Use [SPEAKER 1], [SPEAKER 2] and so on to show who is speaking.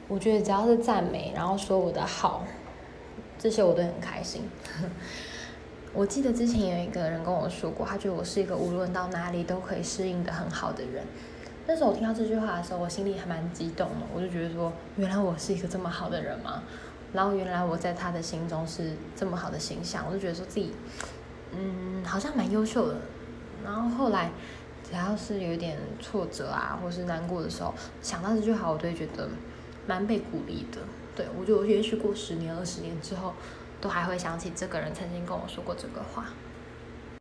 [SPEAKER 1] 我觉得只要是赞美，然后说我的好，这些我都很开心。我记得之前有一个人跟我说过，他觉得我是一个无论到哪里都可以适应的很好的人。那时候我听到这句话的时候，我心里还蛮激动的，我就觉得说，原来我是一个这么好的人吗？然后原来我在他的心中是这么好的形象，我就觉得说自己，好像蛮优秀的。然后后来，只要是有点挫折啊，或是难过的时候，想到这句话，我都会觉得蛮被鼓励的。对，我觉得也许过10年、20年之后，都还会想起这个人曾经跟我说过这个话。